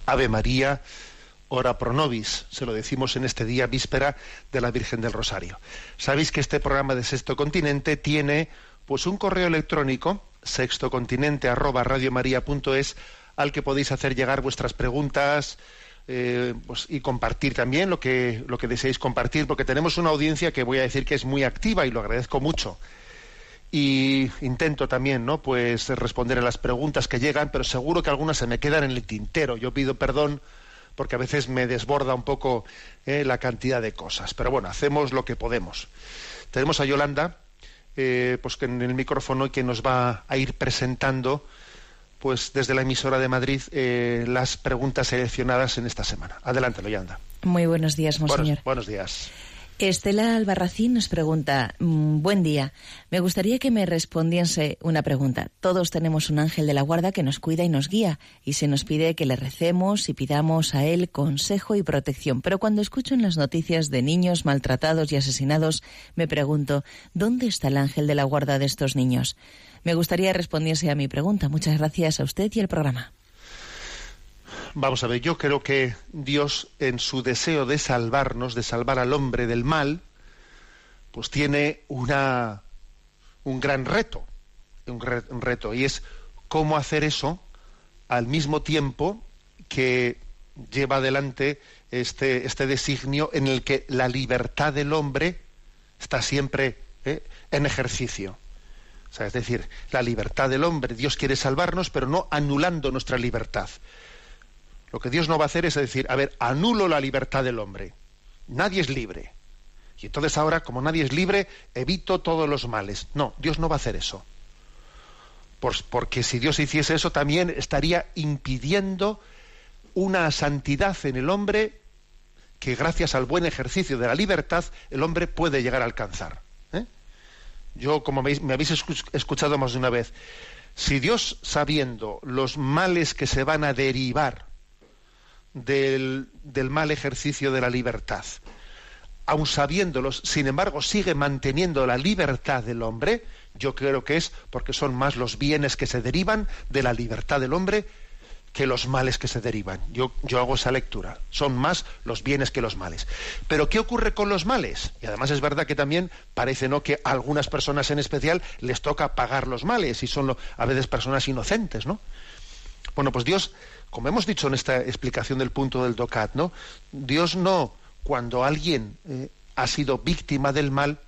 Ave María, ora pro nobis, se lo decimos en este día víspera de la Virgen del Rosario. Sabéis que este programa de Sexto Continente tiene pues un correo electrónico, sextocontinente@radiomaria.es, al que podéis hacer llegar vuestras preguntas pues, y compartir también lo que deseéis compartir, porque tenemos una audiencia que voy a decir que es muy activa y lo agradezco mucho. Y intento también, ¿no?, pues responder a las preguntas que llegan, pero seguro que algunas se me quedan en el tintero. Yo pido perdón porque a veces me desborda un poco la cantidad de cosas. Pero bueno, hacemos lo que podemos. Tenemos a Yolanda, pues que en el micrófono, y que nos va a ir presentando, pues desde la emisora de Madrid, las preguntas seleccionadas en esta semana. Adelante, Yolanda. Muy buenos días, monseñor. Buenos días. Estela Albarracín nos pregunta: buen día, me gustaría que me respondiese una pregunta. Todos tenemos un ángel de la guarda que nos cuida y nos guía, y se nos pide que le recemos y pidamos a él consejo y protección. Pero cuando escucho en las noticias de niños maltratados y asesinados, me pregunto, ¿dónde está el ángel de la guarda de estos niños? Me gustaría respondiese a mi pregunta. Muchas gracias a usted y al programa. Vamos a ver, yo creo que Dios, en su deseo de salvarnos, de salvar al hombre del mal, pues tiene un gran reto, un reto, y es cómo hacer eso al mismo tiempo que lleva adelante este designio en el que la libertad del hombre está siempre en ejercicio. O sea, es decir, la libertad del hombre, Dios quiere salvarnos, pero no anulando nuestra libertad. Lo que Dios no va a hacer es decir, a ver, anulo la libertad del hombre. Nadie es libre. Y entonces ahora, como nadie es libre, evito todos los males. No, Dios no va a hacer eso. Porque si Dios hiciese eso, también estaría impidiendo una santidad en el hombre que, gracias al buen ejercicio de la libertad, el hombre puede llegar a alcanzar. Yo, como me habéis escuchado más de una vez, si Dios, sabiendo los males que se van a derivar del mal ejercicio de la libertad, aun sabiéndolos, sin embargo sigue manteniendo la libertad del hombre, yo creo que es porque son más los bienes que se derivan de la libertad del hombre que los males que se derivan. Yo hago esa lectura, son más los bienes que los males. Pero ¿qué ocurre con los males? Y además es verdad que también parece, ¿no?, que a algunas personas en especial les toca pagar los males, y son a veces personas inocentes, ¿no? Bueno, pues Dios, como hemos dicho en esta explicación del punto del DOCAT, ¿no?, Dios no, cuando alguien ha sido víctima del mal,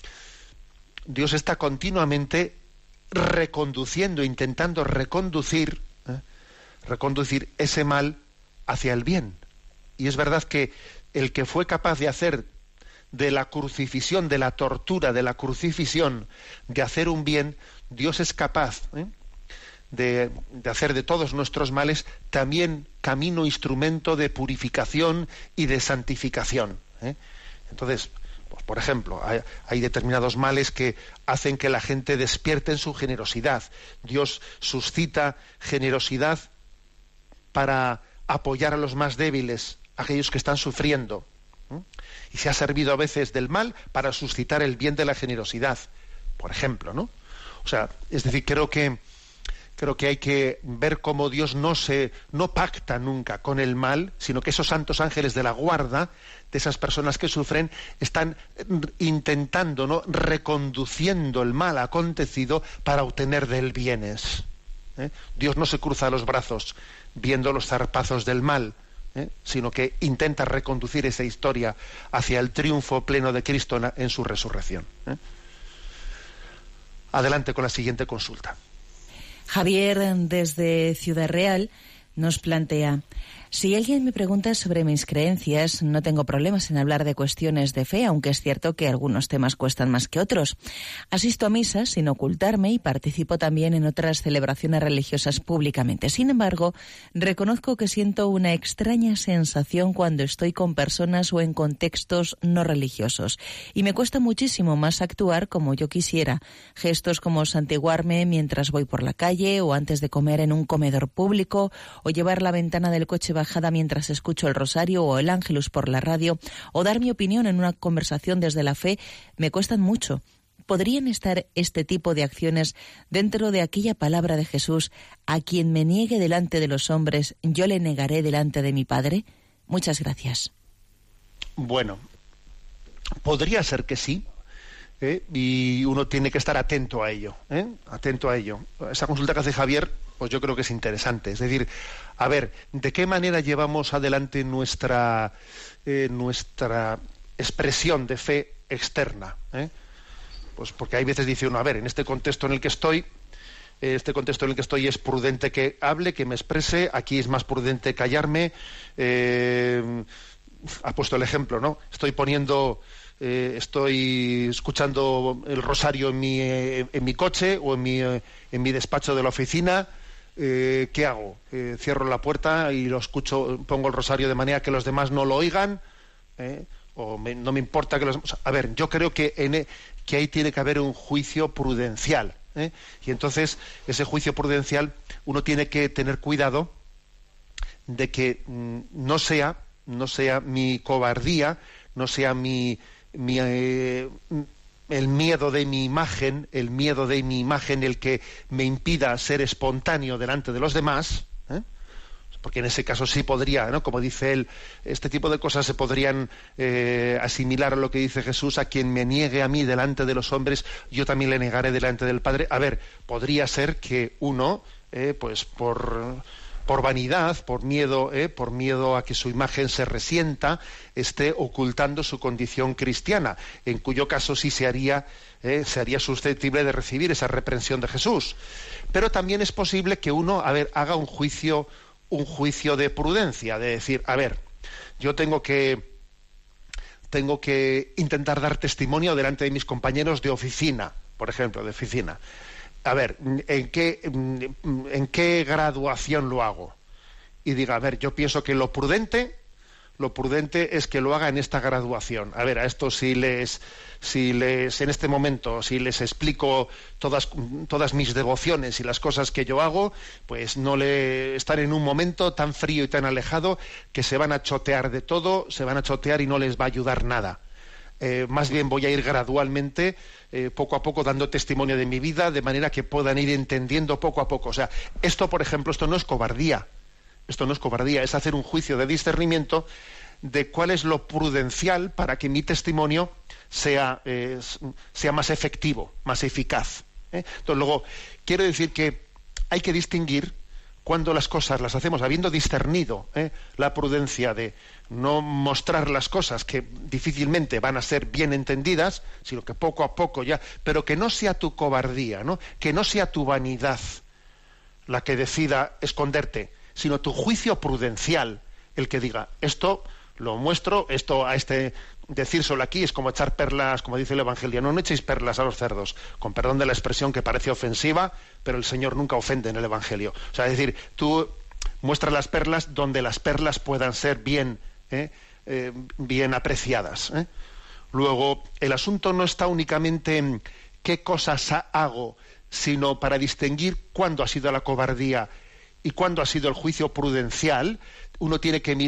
Dios está continuamente reconduciendo, intentando reconducir ese mal hacia el bien. Y es verdad que el que fue capaz de hacer de la crucifixión, de la tortura, de la crucifixión, de hacer un bien, Dios es capaz de hacer de todos nuestros males también camino, instrumento de purificación y de santificación. Entonces, pues, por ejemplo, hay determinados males que hacen que la gente despierte en su generosidad. Dios suscita generosidad para apoyar a los más débiles, a aquellos que están sufriendo. Y se ha servido a veces del mal para suscitar el bien de la generosidad, por ejemplo, ¿no? O sea, es decir, creo que hay que ver cómo Dios no pacta nunca con el mal, sino que esos santos ángeles de la guarda de esas personas que sufren están intentando, ¿no?, reconduciendo el mal acontecido para obtener del bienes. Dios no se cruza los brazos viendo los zarpazos del mal, sino que intenta reconducir esa historia hacia el triunfo pleno de Cristo en su resurrección. Adelante con la siguiente consulta. Javier, desde Ciudad Real, nos plantea: si alguien me pregunta sobre mis creencias, no tengo problemas en hablar de cuestiones de fe, aunque es cierto que algunos temas cuestan más que otros. Asisto a misas sin ocultarme y participo también en otras celebraciones religiosas públicamente. Sin embargo, reconozco que siento una extraña sensación cuando estoy con personas o en contextos no religiosos, y me cuesta muchísimo más actuar como yo quisiera. Gestos como santiguarme mientras voy por la calle, o antes de comer en un comedor público, o llevar la ventana del coche bajada mientras escucho el rosario o el ángelus por la radio, o dar mi opinión en una conversación desde la fe, me cuestan mucho. ¿podrían estar este tipo de acciones dentro de aquella palabra de Jesús: a quien me niegue delante de los hombres, yo le negaré delante de mi Padre? Muchas gracias. Bueno, podría ser que sí, y uno tiene que estar atento a ello, atento a ello. Esa consulta que hace Javier, pues yo creo que es interesante. Es decir, a ver, ¿de qué manera llevamos adelante nuestra expresión de fe externa? Pues porque hay veces dice uno, a ver, en este contexto en el que estoy es prudente que hable, que me exprese, aquí es más prudente callarme. Ha puesto el ejemplo, ¿no? Estoy escuchando el rosario en mi coche o en mi despacho de la oficina. ¿Qué hago? Cierro la puerta y lo escucho, pongo el rosario de manera que los demás no lo oigan, no me importa que los... A ver, yo creo que ahí tiene que haber un juicio prudencial, y entonces ese juicio prudencial uno tiene que tener cuidado de que no sea mi cobardía, no sea el miedo de mi imagen el que me impida ser espontáneo delante de los demás, porque en ese caso sí podría, ¿no? Como dice él, este tipo de cosas se podrían asimilar a lo que dice Jesús: a quien me niegue a mí delante de los hombres, yo también le negaré delante del Padre. A ver, podría ser que uno, pues por vanidad, por miedo a que su imagen se resienta, esté ocultando su condición cristiana, en cuyo caso sí se haría susceptible de recibir esa reprensión de Jesús. Pero también es posible que uno, haga un juicio de prudencia, de decir, a ver, yo tengo que intentar dar testimonio delante de mis compañeros de oficina, por ejemplo, de oficina. A ver, ¿en qué graduación lo hago? Y diga, a ver, yo pienso que lo prudente es que lo haga en esta graduación. A ver, a esto si les en este momento, si les explico todas mis devociones y las cosas que yo hago, pues están en un momento tan frío y tan alejado que se van a chotear de todo, se van a chotear y no les va a ayudar nada. Más bien voy a ir gradualmente, poco a poco, dando testimonio de mi vida, de manera que puedan ir entendiendo poco a poco. O sea, esto, por ejemplo, esto no es cobardía, es hacer un juicio de discernimiento de cuál es lo prudencial para que mi testimonio sea más efectivo, más eficaz. Entonces, luego, quiero decir que hay que distinguir cuando las cosas las hacemos habiendo discernido la prudencia de no mostrar las cosas que difícilmente van a ser bien entendidas, sino que poco a poco ya, pero que no sea tu cobardía, ¿no? Que no sea tu vanidad la que decida esconderte, sino tu juicio prudencial el que diga, esto lo muestro, decírselo aquí es como echar perlas, como dice el Evangelio, no echéis perlas a los cerdos, con perdón de la expresión que parece ofensiva, pero el Señor nunca ofende en el Evangelio. O sea, es decir, tú muestras las perlas donde las perlas puedan ser bien apreciadas. Luego, el asunto no está únicamente en qué cosas hago, sino para distinguir cuándo ha sido la cobardía y cuándo ha sido el juicio prudencial. Uno tiene que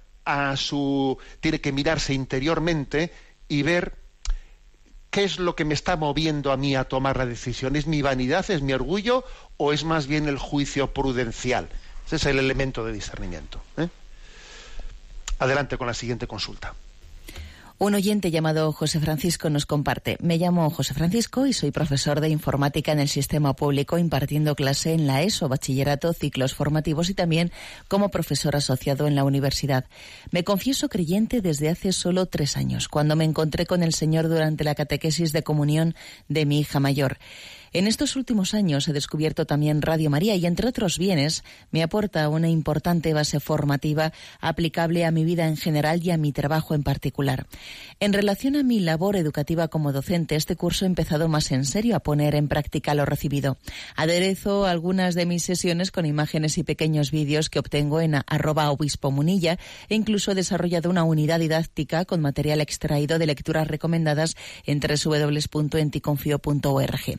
mirarse interiormente y ver qué es lo que me está moviendo a mí a tomar la decisión. ¿Es mi vanidad, es mi orgullo o es más bien el juicio prudencial? Ese es el elemento de discernimiento. Adelante con la siguiente consulta. Un oyente llamado José Francisco nos comparte: me llamo José Francisco y soy profesor de informática en el sistema público, impartiendo clase en la ESO, bachillerato, ciclos formativos, y también como profesor asociado en la universidad. Me confieso creyente desde hace solo 3 años, cuando me encontré con el Señor durante la catequesis de comunión de mi hija mayor. En estos últimos años he descubierto también Radio María y, entre otros bienes, me aporta una importante base formativa aplicable a mi vida en general y a mi trabajo en particular. En relación a mi labor educativa como docente, este curso he empezado más en serio a poner en práctica lo recibido. Aderezo algunas de mis sesiones con imágenes y pequeños vídeos que obtengo en @obispomunilla, e incluso he desarrollado una unidad didáctica con material extraído de lecturas recomendadas en www.enticonfio.org.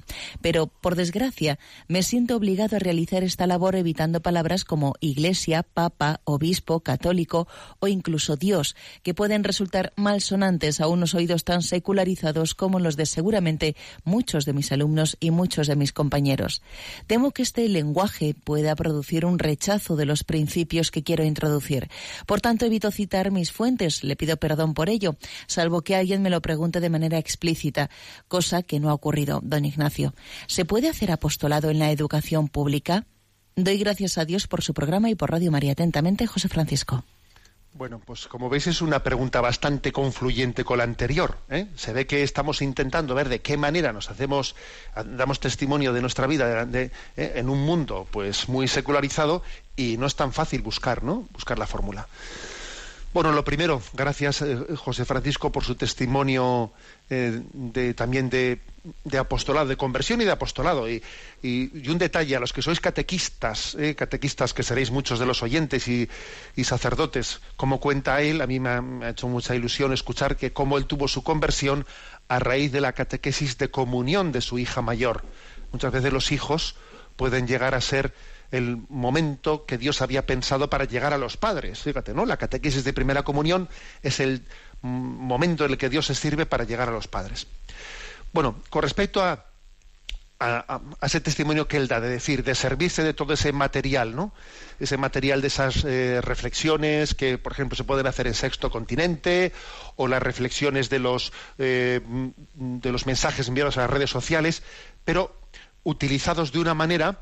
pero, por desgracia, me siento obligado a realizar esta labor evitando palabras como iglesia, papa, obispo, católico o incluso Dios, que pueden resultar malsonantes a unos oídos tan secularizados como los de seguramente muchos de mis alumnos y muchos de mis compañeros. Temo que este lenguaje pueda producir un rechazo de los principios que quiero introducir. Por tanto, evito citar mis fuentes, le pido perdón por ello, salvo que alguien me lo pregunte de manera explícita, cosa que no ha ocurrido, don Ignacio. ¿Se puede hacer apostolado en la educación pública? Doy gracias a Dios por su programa y por Radio María. Atentamente, José Francisco. Bueno, pues como veis es una pregunta bastante confluyente con la anterior, ¿eh? Se ve que estamos intentando ver de qué manera damos testimonio de nuestra vida en un mundo pues muy secularizado, y no es tan fácil buscar la fórmula. Bueno, lo primero, gracias José Francisco por su testimonio también de apostolado, de conversión y de apostolado. Y un detalle, a los que sois catequistas que seréis muchos de los oyentes y sacerdotes, como cuenta él, a mí me ha hecho mucha ilusión escuchar que cómo él tuvo su conversión a raíz de la catequesis de comunión de su hija mayor. Muchas veces los hijos pueden llegar a ser el momento que Dios había pensado para llegar a los padres. Fíjate, ¿no? La catequesis de primera comunión es el momento en el que Dios se sirve para llegar a los padres. Bueno, con respecto a ese testimonio que él da, de servirse de todo ese material, ¿no? Ese material de esas reflexiones que, por ejemplo, se pueden hacer en Sexto Continente, o las reflexiones de los mensajes enviados a las redes sociales, pero utilizados de una manera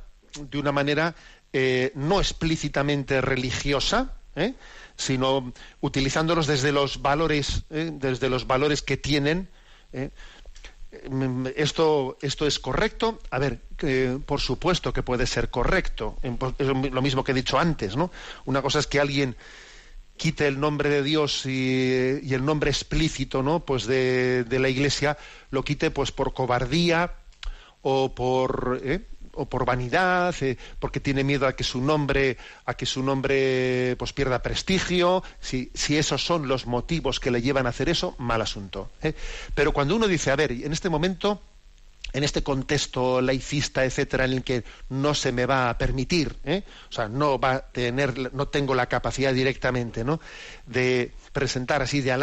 no explícitamente religiosa, sino utilizándolos desde los valores que tienen. ¿Esto es correcto? A ver, por supuesto que puede ser correcto. Es lo mismo que he dicho antes, ¿no? Una cosa es que alguien quite el nombre de Dios y el nombre explícito, ¿no? Pues de la Iglesia, lo quite pues por cobardía o por vanidad, porque tiene miedo a que su nombre pues pierda prestigio. Si esos son los motivos que le llevan a hacer eso, mal asunto, Pero cuando uno dice, a ver, en este momento, en este contexto laicista, etcétera, en el que no se me va a permitir, o sea, no tengo la capacidad directamente, ¿no?, de presentar así de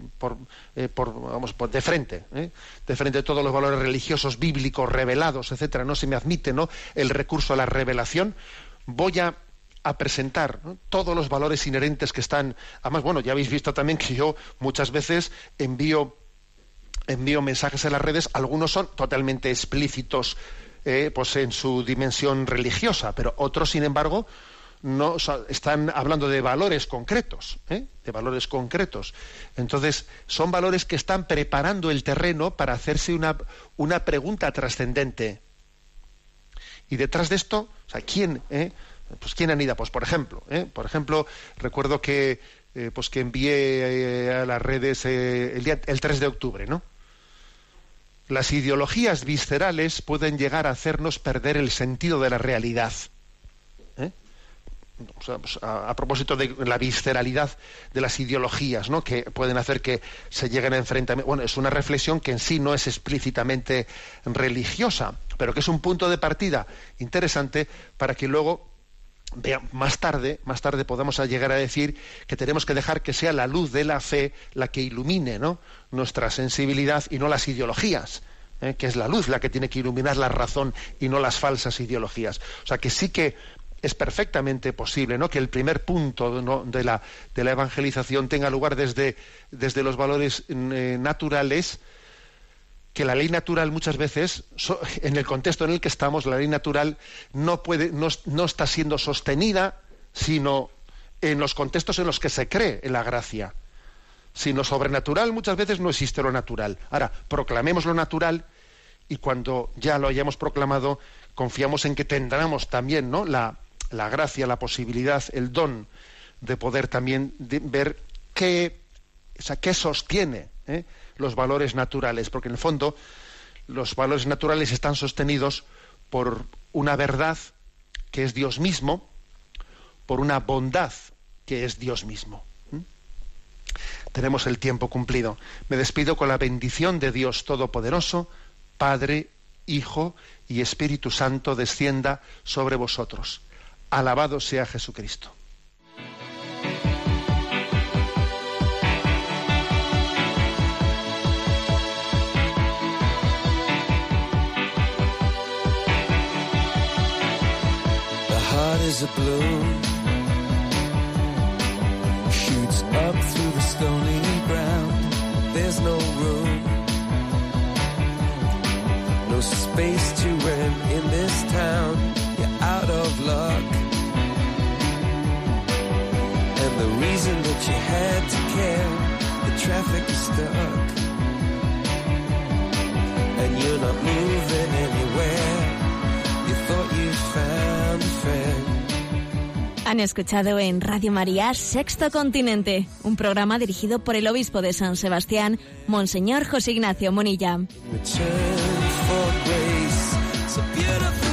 frente todos los valores religiosos, bíblicos, revelados, etcétera, no se me admite, ¿no?, el recurso a la revelación. Voy a presentar, ¿no?, todos los valores inherentes que están. Además, bueno, ya habéis visto también que yo muchas veces envío mensajes en las redes. Algunos son totalmente explícitos pues en su dimensión religiosa, pero otros, sin embargo, no están hablando de valores concretos, de valores concretos. Entonces, son valores que están preparando el terreno para hacerse una pregunta trascendente. Y detrás de esto, o sea, ¿quién anida? Pues por ejemplo, recuerdo que envié a las redes el 3 de octubre, ¿no? Las ideologías viscerales pueden llegar a hacernos perder el sentido de la realidad. O sea, pues a propósito de la visceralidad de las ideologías, ¿no?, que pueden hacer que se lleguen a enfrentamientos. Bueno, es una reflexión que en sí no es explícitamente religiosa, pero que es un punto de partida interesante para que luego más tarde podamos llegar a decir que tenemos que dejar que sea la luz de la fe la que ilumine, ¿no?, nuestra sensibilidad, y no las ideologías, que es la luz la que tiene que iluminar la razón y no las falsas ideologías. O sea, que sí que es perfectamente posible, ¿no?, que el primer punto, ¿no?, de la evangelización tenga lugar desde los valores naturales, que la ley natural muchas veces, en el contexto en el que estamos, la ley natural no está siendo sostenida sino en los contextos en los que se cree en la gracia. Sin lo sobrenatural muchas veces no existe lo natural. Ahora, proclamemos lo natural, y cuando ya lo hayamos proclamado, confiamos en que tendremos también, ¿no?, la gracia, la posibilidad, el don de poder también ver qué sostiene los valores naturales, porque en el fondo los valores naturales están sostenidos por una verdad que es Dios mismo, por una bondad que es Dios mismo. Tenemos el tiempo cumplido. Me despido con la bendición de Dios Todopoderoso, Padre, Hijo y Espíritu Santo descienda sobre vosotros. Alabado sea Jesucristo. Is a bloom, shoots up through the stony ground. There's no room, no space to rent in this town. You're out of luck, and the reason that you had to care, the traffic is stuck, and you're not moving anywhere. You thought you found a friend. Han escuchado en Radio María Sexto Continente, un programa dirigido por el obispo de San Sebastián, Monseñor José Ignacio Munilla. Return for grace, so beautiful.